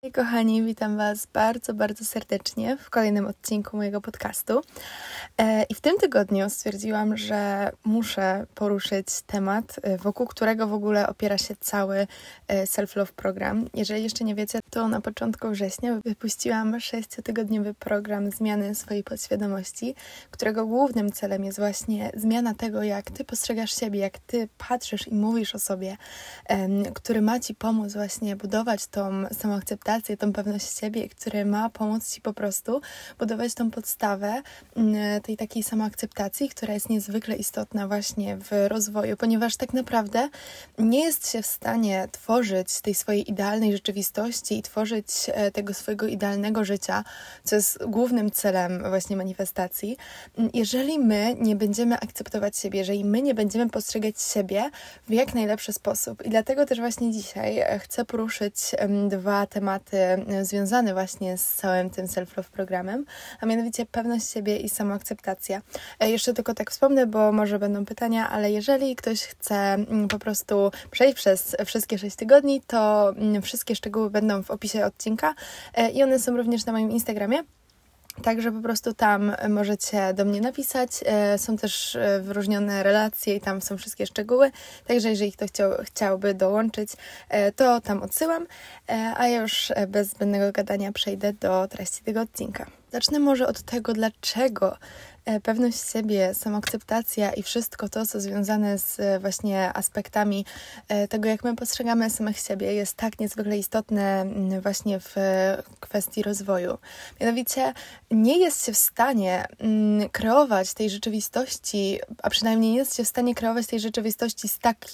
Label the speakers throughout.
Speaker 1: Hej kochani, witam Was bardzo, bardzo serdecznie w kolejnym odcinku mojego podcastu. I w tym tygodniu stwierdziłam, że muszę poruszyć temat, wokół którego w ogóle opiera się cały Self-Love program. Jeżeli jeszcze nie wiecie, to na początku września wypuściłam 6-tygodniowy program zmiany swojej podświadomości, którego głównym celem jest właśnie zmiana tego, jak Ty postrzegasz siebie, jak Ty patrzysz i mówisz o sobie, który ma Ci pomóc właśnie budować tą samoakceptację, tą pewność siebie, który ma pomóc Ci po prostu budować tą podstawę tej takiej samoakceptacji, która jest niezwykle istotna właśnie w rozwoju, ponieważ tak naprawdę nie jest się w stanie tworzyć tej swojej idealnej rzeczywistości i tworzyć tego swojego idealnego życia, co jest głównym celem właśnie manifestacji, jeżeli my nie będziemy akceptować siebie, jeżeli my nie będziemy postrzegać siebie w jak najlepszy sposób. I dlatego też właśnie dzisiaj chcę poruszyć dwa tematy związane właśnie z całym tym self-love programem, a mianowicie pewność siebie i samoakceptacja. Jeszcze tylko tak wspomnę, bo może będą pytania, ale jeżeli ktoś chce po prostu przejść przez wszystkie 6 tygodni, to wszystkie szczegóły będą w opisie odcinka i one są również na moim Instagramie. Także po prostu tam możecie do mnie napisać, są też wyróżnione relacje i tam są wszystkie szczegóły, także jeżeli ktoś chciałby dołączyć, to tam odsyłam, a ja już bez zbędnego gadania przejdę do treści tego odcinka. Zacznę może od tego, dlaczego pewność siebie, samoakceptacja i wszystko to, co związane z właśnie aspektami tego, jak my postrzegamy samych siebie, jest tak niezwykle istotne właśnie w kwestii rozwoju. Mianowicie nie jest się w stanie kreować tej rzeczywistości, a przynajmniej nie jest się w stanie kreować tej rzeczywistości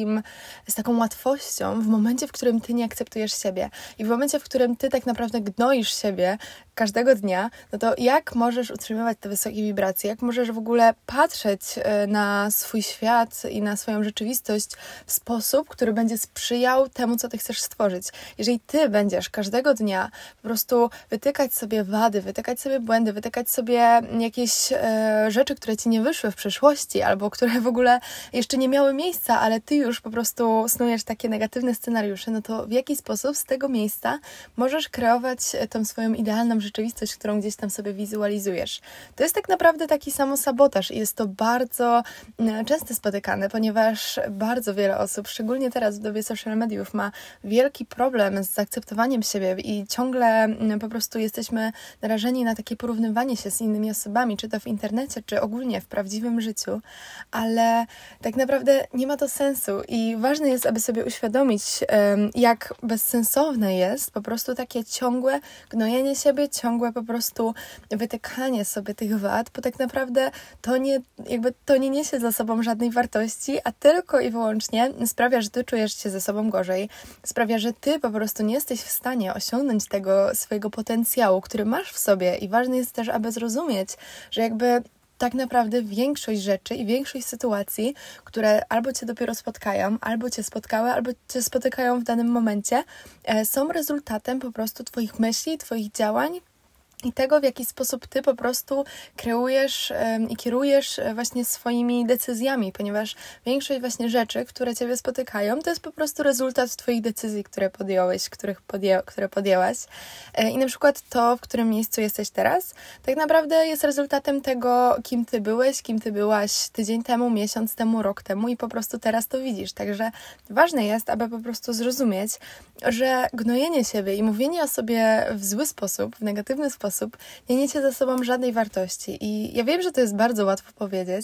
Speaker 1: z taką łatwością w momencie, w którym ty nie akceptujesz siebie i w momencie, w którym ty tak naprawdę gnoisz siebie każdego dnia, no to jak możesz utrzymywać te wysokie wibracje, jak możesz w ogóle patrzeć na swój świat i na swoją rzeczywistość w sposób, który będzie sprzyjał temu, co ty chcesz stworzyć. Jeżeli ty będziesz każdego dnia po prostu wytykać sobie wady, wytykać sobie błędy, wytykać sobie jakieś rzeczy, które ci nie wyszły w przeszłości, albo które w ogóle jeszcze nie miały miejsca, ale ty już po prostu snujesz takie negatywne scenariusze, no to w jaki sposób z tego miejsca możesz kreować tą swoją idealną rzeczywistość, którą gdzieś tam sobie wizualizujesz. To jest tak naprawdę taki samosabotaż i jest to bardzo często spotykane, ponieważ bardzo wiele osób, szczególnie teraz w dobie social mediów, ma wielki problem z zaakceptowaniem siebie i ciągle po prostu jesteśmy narażeni na takie porównywanie się z innymi osobami, czy to w internecie, czy ogólnie w prawdziwym życiu, ale tak naprawdę nie ma to sensu i ważne jest, aby sobie uświadomić, jak bezsensowne jest po prostu takie ciągłe gnojenie siebie, ciągłe po prostu wytykanie sobie tych wad, bo tak naprawdę to nie niesie za sobą żadnej wartości, a tylko i wyłącznie sprawia, że ty czujesz się ze sobą gorzej, sprawia, że ty po prostu nie jesteś w stanie osiągnąć tego swojego potencjału, który masz w sobie i ważne jest też, aby zrozumieć, że jakby tak naprawdę większość rzeczy i większość sytuacji, które albo cię dopiero spotkają, albo cię spotkały, albo cię spotykają w danym momencie, są rezultatem po prostu twoich myśli, twoich działań i tego, w jaki sposób ty po prostu kreujesz i kierujesz właśnie swoimi decyzjami, ponieważ większość właśnie rzeczy, które ciebie spotykają, to jest po prostu rezultat twoich decyzji, które podjąłeś, które podjęłaś. I na przykład to, w którym miejscu jesteś teraz, tak naprawdę jest rezultatem tego, kim ty byłeś, kim ty byłaś tydzień temu, miesiąc temu, rok temu i po prostu teraz to widzisz. Także ważne jest, aby po prostu zrozumieć, że gnojenie siebie i mówienie o sobie w zły sposób, w negatywny sposób, nie niesie za sobą żadnej wartości. I ja wiem, że to jest bardzo łatwo powiedzieć,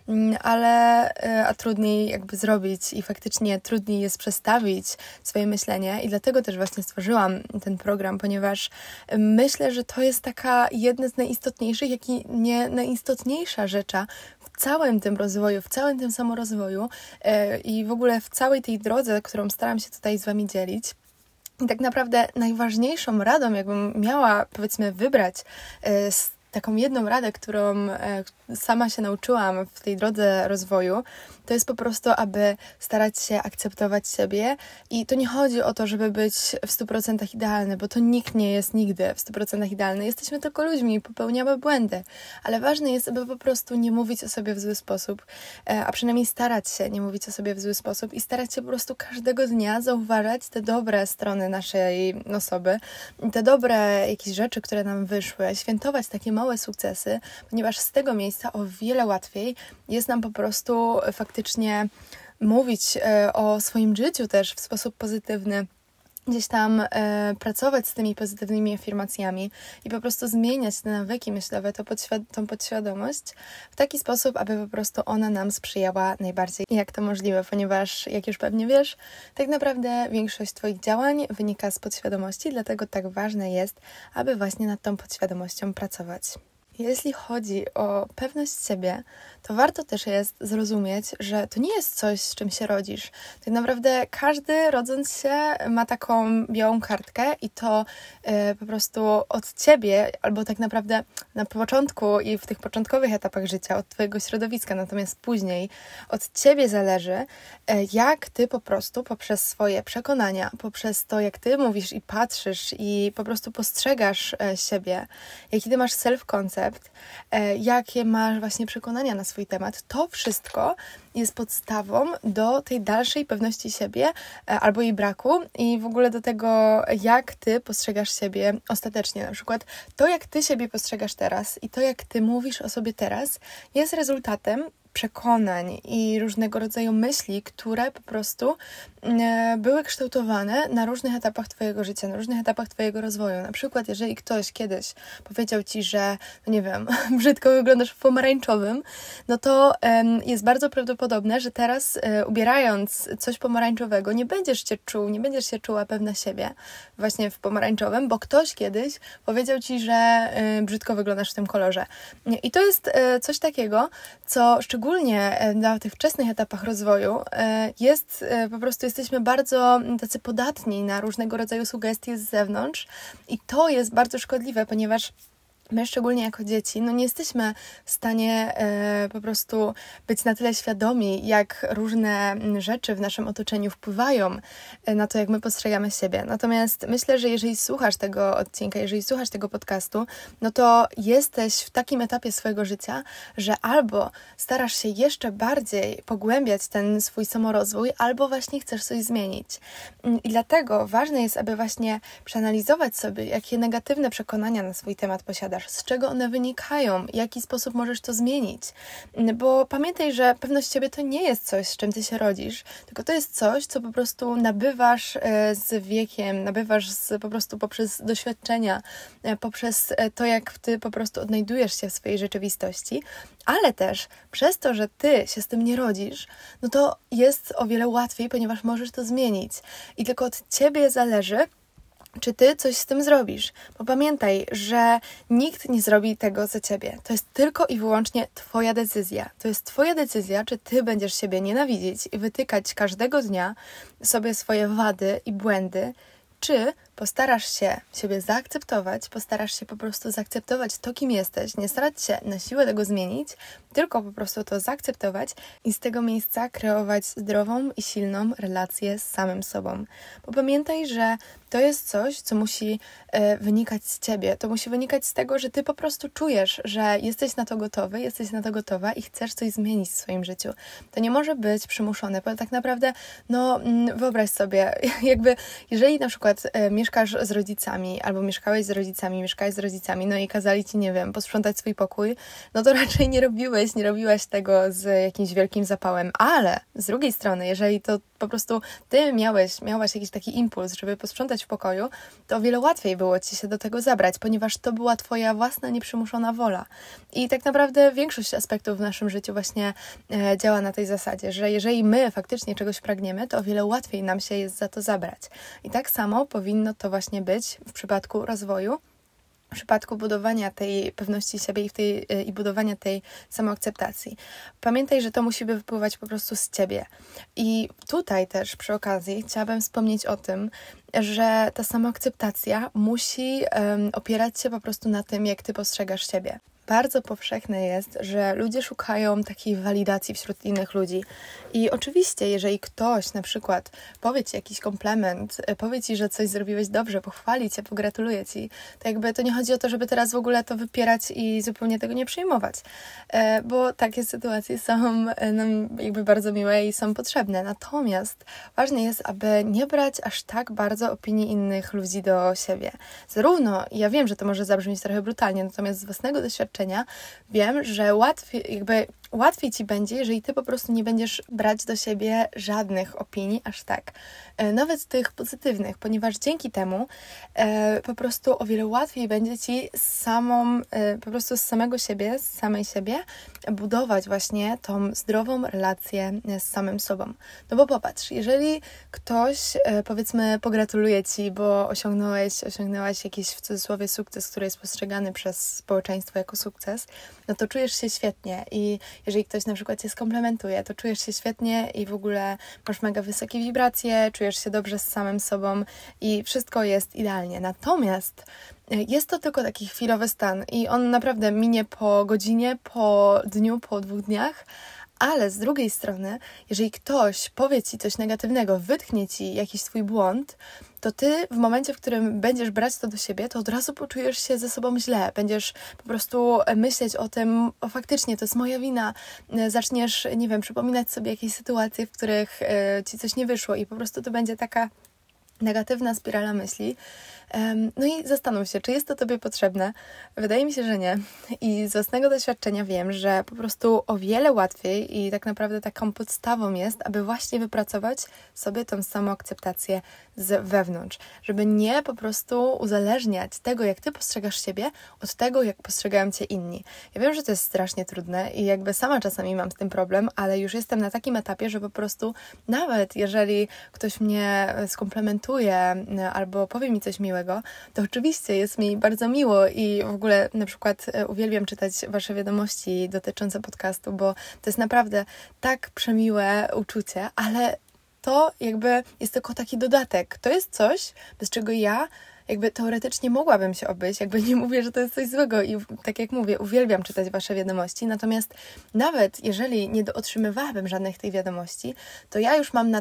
Speaker 1: a trudniej jakby zrobić i faktycznie trudniej jest przestawić swoje myślenie i dlatego też właśnie stworzyłam ten program, ponieważ myślę, że to jest taka jedna z najistotniejszych, jak i nie najistotniejsza rzecza w całym tym rozwoju, w całym tym samorozwoju i w ogóle w całej tej drodze, którą staram się tutaj z Wami dzielić. I tak naprawdę najważniejszą radą, jakbym miała, powiedzmy, wybrać z taką jedną radę, którą sama się nauczyłam w tej drodze rozwoju, to jest po prostu, aby starać się akceptować siebie i to nie chodzi o to, żeby być w 100% idealny, bo to nikt nie jest nigdy w 100% idealny. Jesteśmy tylko ludźmi, popełniamy błędy, ale ważne jest, aby po prostu nie mówić o sobie w zły sposób, a przynajmniej starać się nie mówić o sobie w zły sposób i starać się po prostu każdego dnia zauważać te dobre strony naszej osoby, te dobre jakieś rzeczy, które nam wyszły, świętować takie małe sukcesy, ponieważ z tego miejsca o wiele łatwiej jest nam po prostu faktycznie mówić o swoim życiu też w sposób pozytywny, gdzieś tam pracować z tymi pozytywnymi afirmacjami i po prostu zmieniać te nawyki myślowe, tą podświadomość w taki sposób, aby po prostu ona nam sprzyjała najbardziej, jak to możliwe, ponieważ, jak już pewnie wiesz, tak naprawdę większość Twoich działań wynika z podświadomości, dlatego tak ważne jest, aby właśnie nad tą podświadomością pracować. Jeśli chodzi o pewność siebie, to warto też jest zrozumieć, że to nie jest coś, z czym się rodzisz. Tak naprawdę każdy, rodząc się, ma taką białą kartkę i to po prostu od Ciebie, albo tak naprawdę na początku i w tych początkowych etapach życia, od Twojego środowiska, natomiast później od Ciebie zależy, jak Ty po prostu poprzez swoje przekonania, poprzez to, jak Ty mówisz i patrzysz i po prostu postrzegasz siebie, jaki Ty masz self-concept, jakie masz właśnie przekonania na swój temat, to wszystko jest podstawą do tej dalszej pewności siebie albo jej braku i w ogóle do tego, jak Ty postrzegasz siebie ostatecznie. Na przykład to, jak Ty siebie postrzegasz teraz i to, jak Ty mówisz o sobie teraz, jest rezultatem przekonań i różnego rodzaju myśli, które po prostu były kształtowane na różnych etapach Twojego życia, na różnych etapach Twojego rozwoju. Na przykład, jeżeli ktoś kiedyś powiedział Ci, że, no nie wiem, brzydko wyglądasz w pomarańczowym, no to jest bardzo prawdopodobne, że teraz ubierając coś pomarańczowego nie będziesz się czuła pewna siebie właśnie w pomarańczowym, bo ktoś kiedyś powiedział Ci, że brzydko wyglądasz w tym kolorze. I to jest coś takiego, co szczególnie na tych wczesnych etapach rozwoju po prostu jesteśmy bardzo tacy podatni na różnego rodzaju sugestie z zewnątrz i to jest bardzo szkodliwe, ponieważ my, szczególnie jako dzieci, nie jesteśmy w stanie po prostu być na tyle świadomi, jak różne rzeczy w naszym otoczeniu wpływają na to, jak my postrzegamy siebie. Natomiast myślę, że jeżeli słuchasz tego odcinka, jeżeli słuchasz tego podcastu, no to jesteś w takim etapie swojego życia, że albo starasz się jeszcze bardziej pogłębiać ten swój samorozwój, albo właśnie chcesz coś zmienić. I dlatego ważne jest, aby właśnie przeanalizować sobie, jakie negatywne przekonania na swój temat posiadasz, z czego one wynikają, w jaki sposób możesz to zmienić. Bo pamiętaj, że pewność siebie to nie jest coś, z czym Ty się rodzisz, tylko to jest coś, co po prostu nabywasz z wiekiem, po prostu poprzez doświadczenia, poprzez to, jak Ty po prostu odnajdujesz się w swojej rzeczywistości, ale też przez to, że Ty się z tym nie rodzisz, no to jest o wiele łatwiej, ponieważ możesz to zmienić. I tylko od Ciebie zależy, czy Ty coś z tym zrobisz. Bo pamiętaj, że nikt nie zrobi tego za Ciebie. To jest tylko i wyłącznie Twoja decyzja. To jest Twoja decyzja, czy Ty będziesz siebie nienawidzić i wytykać każdego dnia sobie swoje wady i błędy, czy postarasz się siebie zaakceptować, postarasz się po prostu zaakceptować to, kim jesteś, nie starać się na siłę tego zmienić, tylko po prostu to zaakceptować i z tego miejsca kreować zdrową i silną relację z samym sobą. Bo pamiętaj, że to jest coś, co musi wynikać z Ciebie. To musi wynikać z tego, że Ty po prostu czujesz, że jesteś na to gotowy, jesteś na to gotowa i chcesz coś zmienić w swoim życiu. To nie może być przymuszone, bo tak naprawdę, wyobraź sobie, jeżeli na przykład mieszkasz z rodzicami, albo mieszkałeś z rodzicami, i kazali Ci, nie wiem, posprzątać swój pokój, no to raczej nie robiłaś tego z jakimś wielkim zapałem, ale z drugiej strony, jeżeli to po prostu Ty miałaś jakiś taki impuls, żeby posprzątać w pokoju, to o wiele łatwiej było Ci się do tego zabrać, ponieważ to była Twoja własna, nieprzymuszona wola. I tak naprawdę większość aspektów w naszym życiu właśnie działa na tej zasadzie, że jeżeli my faktycznie czegoś pragniemy, to o wiele łatwiej nam się jest za to zabrać. I tak samo powinno to właśnie być w przypadku rozwoju, w przypadku budowania tej pewności siebie i budowania tej samoakceptacji. Pamiętaj, że to musi wypływać po prostu z ciebie. I tutaj też przy okazji chciałabym wspomnieć o tym, że ta samoakceptacja musi opierać się po prostu na tym, jak ty postrzegasz siebie. Bardzo powszechne jest, że ludzie szukają takiej walidacji wśród innych ludzi. I oczywiście, jeżeli ktoś na przykład powie ci jakiś komplement, powie ci, że coś zrobiłeś dobrze, pochwali cię, pogratuluje ci, to jakby to nie chodzi o to, żeby teraz w ogóle to wypierać i zupełnie tego nie przyjmować. Bo takie sytuacje są nam jakby bardzo miłe i są potrzebne. Natomiast ważne jest, aby nie brać aż tak bardzo opinii innych ludzi do siebie. Zarówno, ja wiem, że to może zabrzmieć trochę brutalnie, natomiast z własnego doświadczenia wiem, że łatwiej ci będzie, jeżeli ty po prostu nie będziesz brać do siebie żadnych opinii aż tak. Nawet tych pozytywnych, ponieważ dzięki temu po prostu o wiele łatwiej będzie ci po prostu z samego siebie, z samej siebie budować właśnie tą zdrową relację z samym sobą. No bo popatrz, jeżeli ktoś powiedzmy pogratuluje ci, bo osiągnęłaś jakiś w cudzysłowie sukces, który jest postrzegany przez społeczeństwo jako sukces, no to czujesz się świetnie i jeżeli ktoś na przykład cię skomplementuje, to czujesz się świetnie i w ogóle masz mega wysokie wibracje, czujesz się dobrze z samym sobą i wszystko jest idealnie. Natomiast jest to tylko taki chwilowy stan i on naprawdę minie po godzinie, po dniu, po 2 dniach, ale z drugiej strony, jeżeli ktoś powie ci coś negatywnego, wytknie ci jakiś swój błąd, to ty w momencie, w którym będziesz brać to do siebie, to od razu poczujesz się ze sobą źle. Będziesz po prostu myśleć o tym, faktycznie to jest moja wina. Zaczniesz, nie wiem, przypominać sobie jakieś sytuacje, w których ci coś nie wyszło i po prostu to będzie taka negatywna spirala myśli. No i zastanów się, czy jest to tobie potrzebne? Wydaje mi się, że nie. I z własnego doświadczenia wiem, że po prostu o wiele łatwiej i tak naprawdę taką podstawą jest, aby właśnie wypracować sobie tą samoakceptację z wewnątrz. Żeby nie po prostu uzależniać tego, jak ty postrzegasz siebie, od tego, jak postrzegają cię inni. Ja wiem, że to jest strasznie trudne i jakby sama czasami mam z tym problem, ale już jestem na takim etapie, że po prostu nawet jeżeli ktoś mnie skomplementuje albo powie mi coś miłego, to oczywiście jest mi bardzo miło i w ogóle na przykład uwielbiam czytać wasze wiadomości dotyczące podcastu, bo to jest naprawdę tak przemiłe uczucie, ale to jakby jest tylko taki dodatek. To jest coś, bez czego ja jakby teoretycznie mogłabym się obyć, jakby nie mówię, że to jest coś złego i tak jak mówię, uwielbiam czytać wasze wiadomości, natomiast nawet jeżeli nie otrzymywałabym żadnych tych wiadomości, to ja już mam na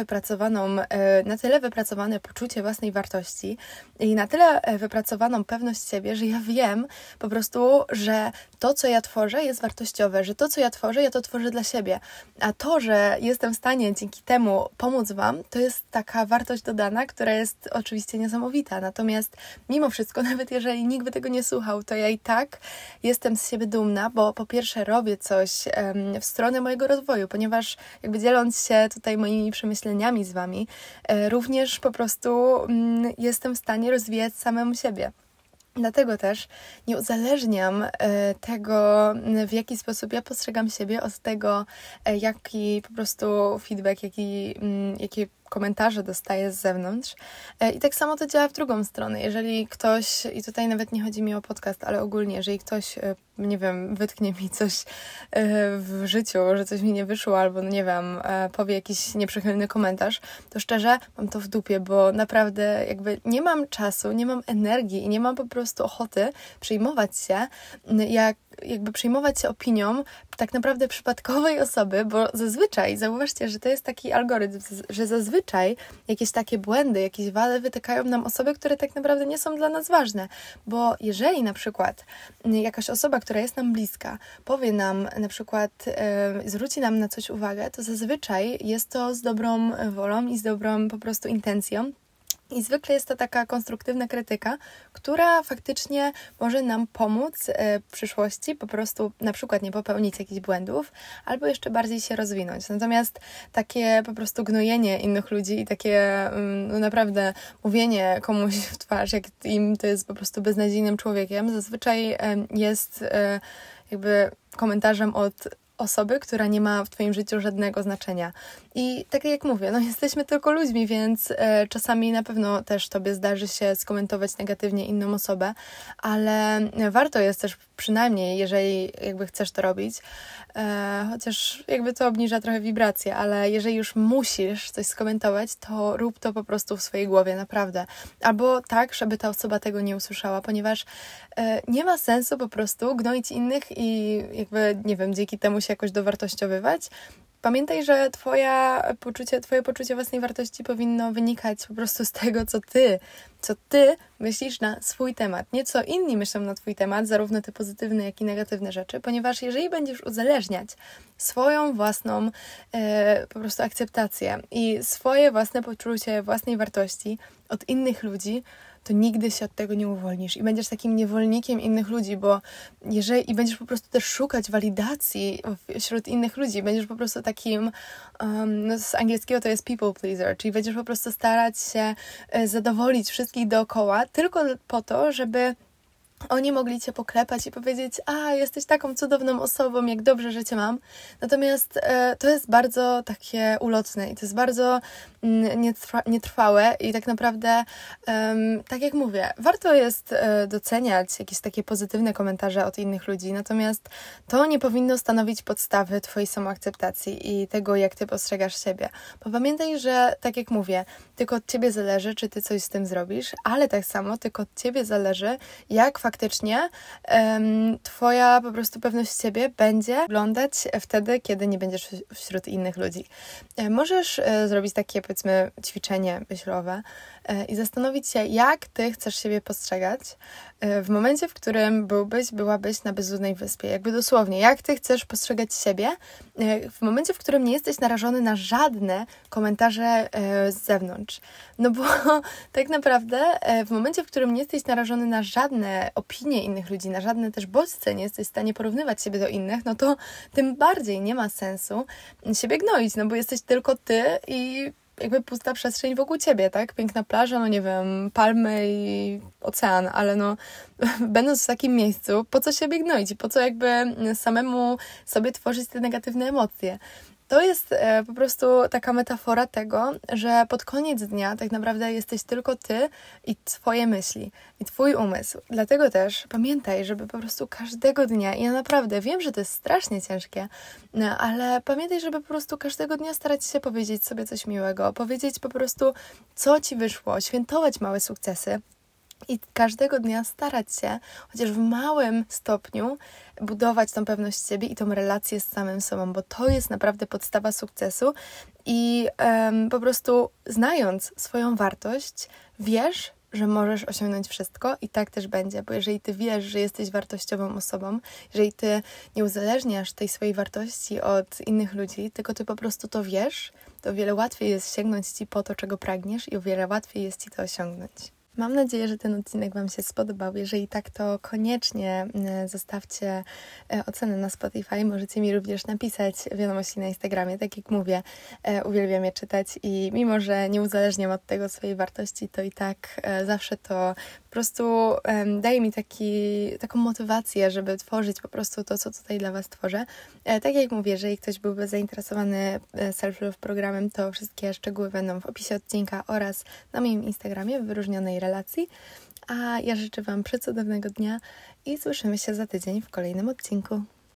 Speaker 1: tyle wypracowane poczucie własnej wartości i na tyle wypracowaną pewność siebie, że ja wiem po prostu, że to, co ja tworzę, jest wartościowe, że to, co ja to tworzę dla siebie, a to, że jestem w stanie dzięki temu pomóc wam, to jest taka wartość dodana, która jest oczywiście niesamowita. Natomiast mimo wszystko, nawet jeżeli nikt by tego nie słuchał, to ja i tak jestem z siebie dumna, bo po pierwsze robię coś w stronę mojego rozwoju, ponieważ jakby dzieląc się tutaj moimi przemyśleniami z wami, również po prostu jestem w stanie rozwijać samemu siebie. Dlatego też nie uzależniam tego, w jaki sposób ja postrzegam siebie od tego, jaki po prostu feedback, jakie komentarze dostaję z zewnątrz. I tak samo to działa w drugą stronę. Jeżeli ktoś, i tutaj nawet nie chodzi mi o podcast, ale ogólnie, jeżeli ktoś, nie wiem, wytknie mi coś w życiu, że coś mi nie wyszło, albo nie wiem, powie jakiś nieprzychylny komentarz, to szczerze mam to w dupie, bo naprawdę jakby nie mam czasu, nie mam energii i nie mam po prostu ochoty przejmować się, przejmować się opinią tak naprawdę przypadkowej osoby, bo zazwyczaj, zauważcie, że to jest taki algorytm, że zazwyczaj jakieś takie błędy, jakieś wady wytykają nam osoby, które tak naprawdę nie są dla nas ważne, bo jeżeli na przykład jakaś osoba, która jest nam bliska, powie nam na przykład, zwróci nam na coś uwagę, to zazwyczaj jest to z dobrą wolą i z dobrą po prostu intencją. I zwykle jest to taka konstruktywna krytyka, która faktycznie może nam pomóc w przyszłości po prostu na przykład nie popełnić jakichś błędów albo jeszcze bardziej się rozwinąć. Natomiast takie po prostu gnojenie innych ludzi i takie naprawdę mówienie komuś w twarz, jak im to jest po prostu beznadziejnym człowiekiem, zazwyczaj jest jakby komentarzem od osoby, która nie ma w twoim życiu żadnego znaczenia. I tak jak mówię, jesteśmy tylko ludźmi, więc czasami na pewno też tobie zdarzy się skomentować negatywnie inną osobę, ale warto jest też przynajmniej, jeżeli jakby chcesz to robić, chociaż jakby to obniża trochę wibracje, ale jeżeli już musisz coś skomentować, to rób to po prostu w swojej głowie, naprawdę. Albo tak, żeby ta osoba tego nie usłyszała, ponieważ nie ma sensu po prostu gnoić innych i jakby, nie wiem, dzięki temu się jakoś dowartościowywać. Pamiętaj, że twoje poczucie własnej wartości powinno wynikać po prostu z tego, co ty myślisz na swój temat. Nie co inni myślą na twój temat, zarówno te pozytywne, jak i negatywne rzeczy, ponieważ jeżeli będziesz uzależniać swoją własną po prostu akceptację i swoje własne poczucie własnej wartości od innych ludzi, to nigdy się od tego nie uwolnisz i będziesz takim niewolnikiem innych ludzi, bo i będziesz po prostu też szukać walidacji wśród innych ludzi, będziesz po prostu takim, z angielskiego to jest people pleaser, czyli będziesz po prostu starać się zadowolić wszystkich dookoła tylko po to, żeby oni mogli cię poklepać i powiedzieć: jesteś taką cudowną osobą, jak dobrze, że cię mam. Natomiast to jest bardzo takie ulotne i to jest bardzo nietrwałe i tak naprawdę, tak jak mówię, warto jest doceniać jakieś takie pozytywne komentarze od innych ludzi, natomiast to nie powinno stanowić podstawy twojej samoakceptacji i tego, jak ty postrzegasz siebie. Bo pamiętaj, że tak jak mówię, tylko od ciebie zależy, czy ty coś z tym zrobisz, ale tak samo tylko od ciebie zależy, jak faktycznie twoja po prostu pewność siebie będzie wyglądać wtedy, kiedy nie będziesz wśród innych ludzi. Możesz zrobić takie, powiedzmy, ćwiczenie myślowe i zastanowić się, jak ty chcesz siebie postrzegać w momencie, w którym byłabyś na bezludnej wyspie. Jakby dosłownie, jak ty chcesz postrzegać siebie w momencie, w którym nie jesteś narażony na żadne komentarze z zewnątrz. No bo tak naprawdę w momencie, w którym nie jesteś narażony na żadne opinie innych ludzi, na żadne też bodźce, nie jesteś w stanie porównywać siebie do innych, no to tym bardziej nie ma sensu siebie gnoić, no bo jesteś tylko ty i jakby pusta przestrzeń wokół ciebie, tak? Piękna plaża, nie wiem, palmy i ocean, ale będąc w takim miejscu, po co siebie gnoić? Po co jakby samemu sobie tworzyć te negatywne emocje? To jest po prostu taka metafora tego, że pod koniec dnia tak naprawdę jesteś tylko ty i twoje myśli, i twój umysł. Dlatego też pamiętaj, żeby po prostu każdego dnia, i ja naprawdę wiem, że to jest strasznie ciężkie, ale pamiętaj, żeby po prostu każdego dnia starać się powiedzieć sobie coś miłego, powiedzieć po prostu, co ci wyszło, świętować małe sukcesy. I każdego dnia starać się, chociaż w małym stopniu, budować tą pewność siebie i tą relację z samym sobą, bo to jest naprawdę podstawa sukcesu i po prostu znając swoją wartość, wiesz, że możesz osiągnąć wszystko i tak też będzie, bo jeżeli ty wiesz, że jesteś wartościową osobą, jeżeli ty nie uzależniasz tej swojej wartości od innych ludzi, tylko ty po prostu to wiesz, to o wiele łatwiej jest sięgnąć ci po to, czego pragniesz i o wiele łatwiej jest ci to osiągnąć. Mam nadzieję, że ten odcinek Wam się spodobał. Jeżeli tak, to koniecznie zostawcie ocenę na Spotify. Możecie mi również napisać wiadomości na Instagramie. Tak jak mówię, uwielbiam je czytać i mimo, że nie uzależniam od tego swojej wartości, to i tak zawsze to po prostu daje mi taką motywację, żeby tworzyć po prostu to, co tutaj dla Was tworzę. Tak jak mówię, jeżeli ktoś byłby zainteresowany Self-Love programem, to wszystkie szczegóły będą w opisie odcinka oraz na moim Instagramie w wyróżnionej relacji. A ja życzę Wam przecudownego dnia i słyszymy się za tydzień w kolejnym odcinku.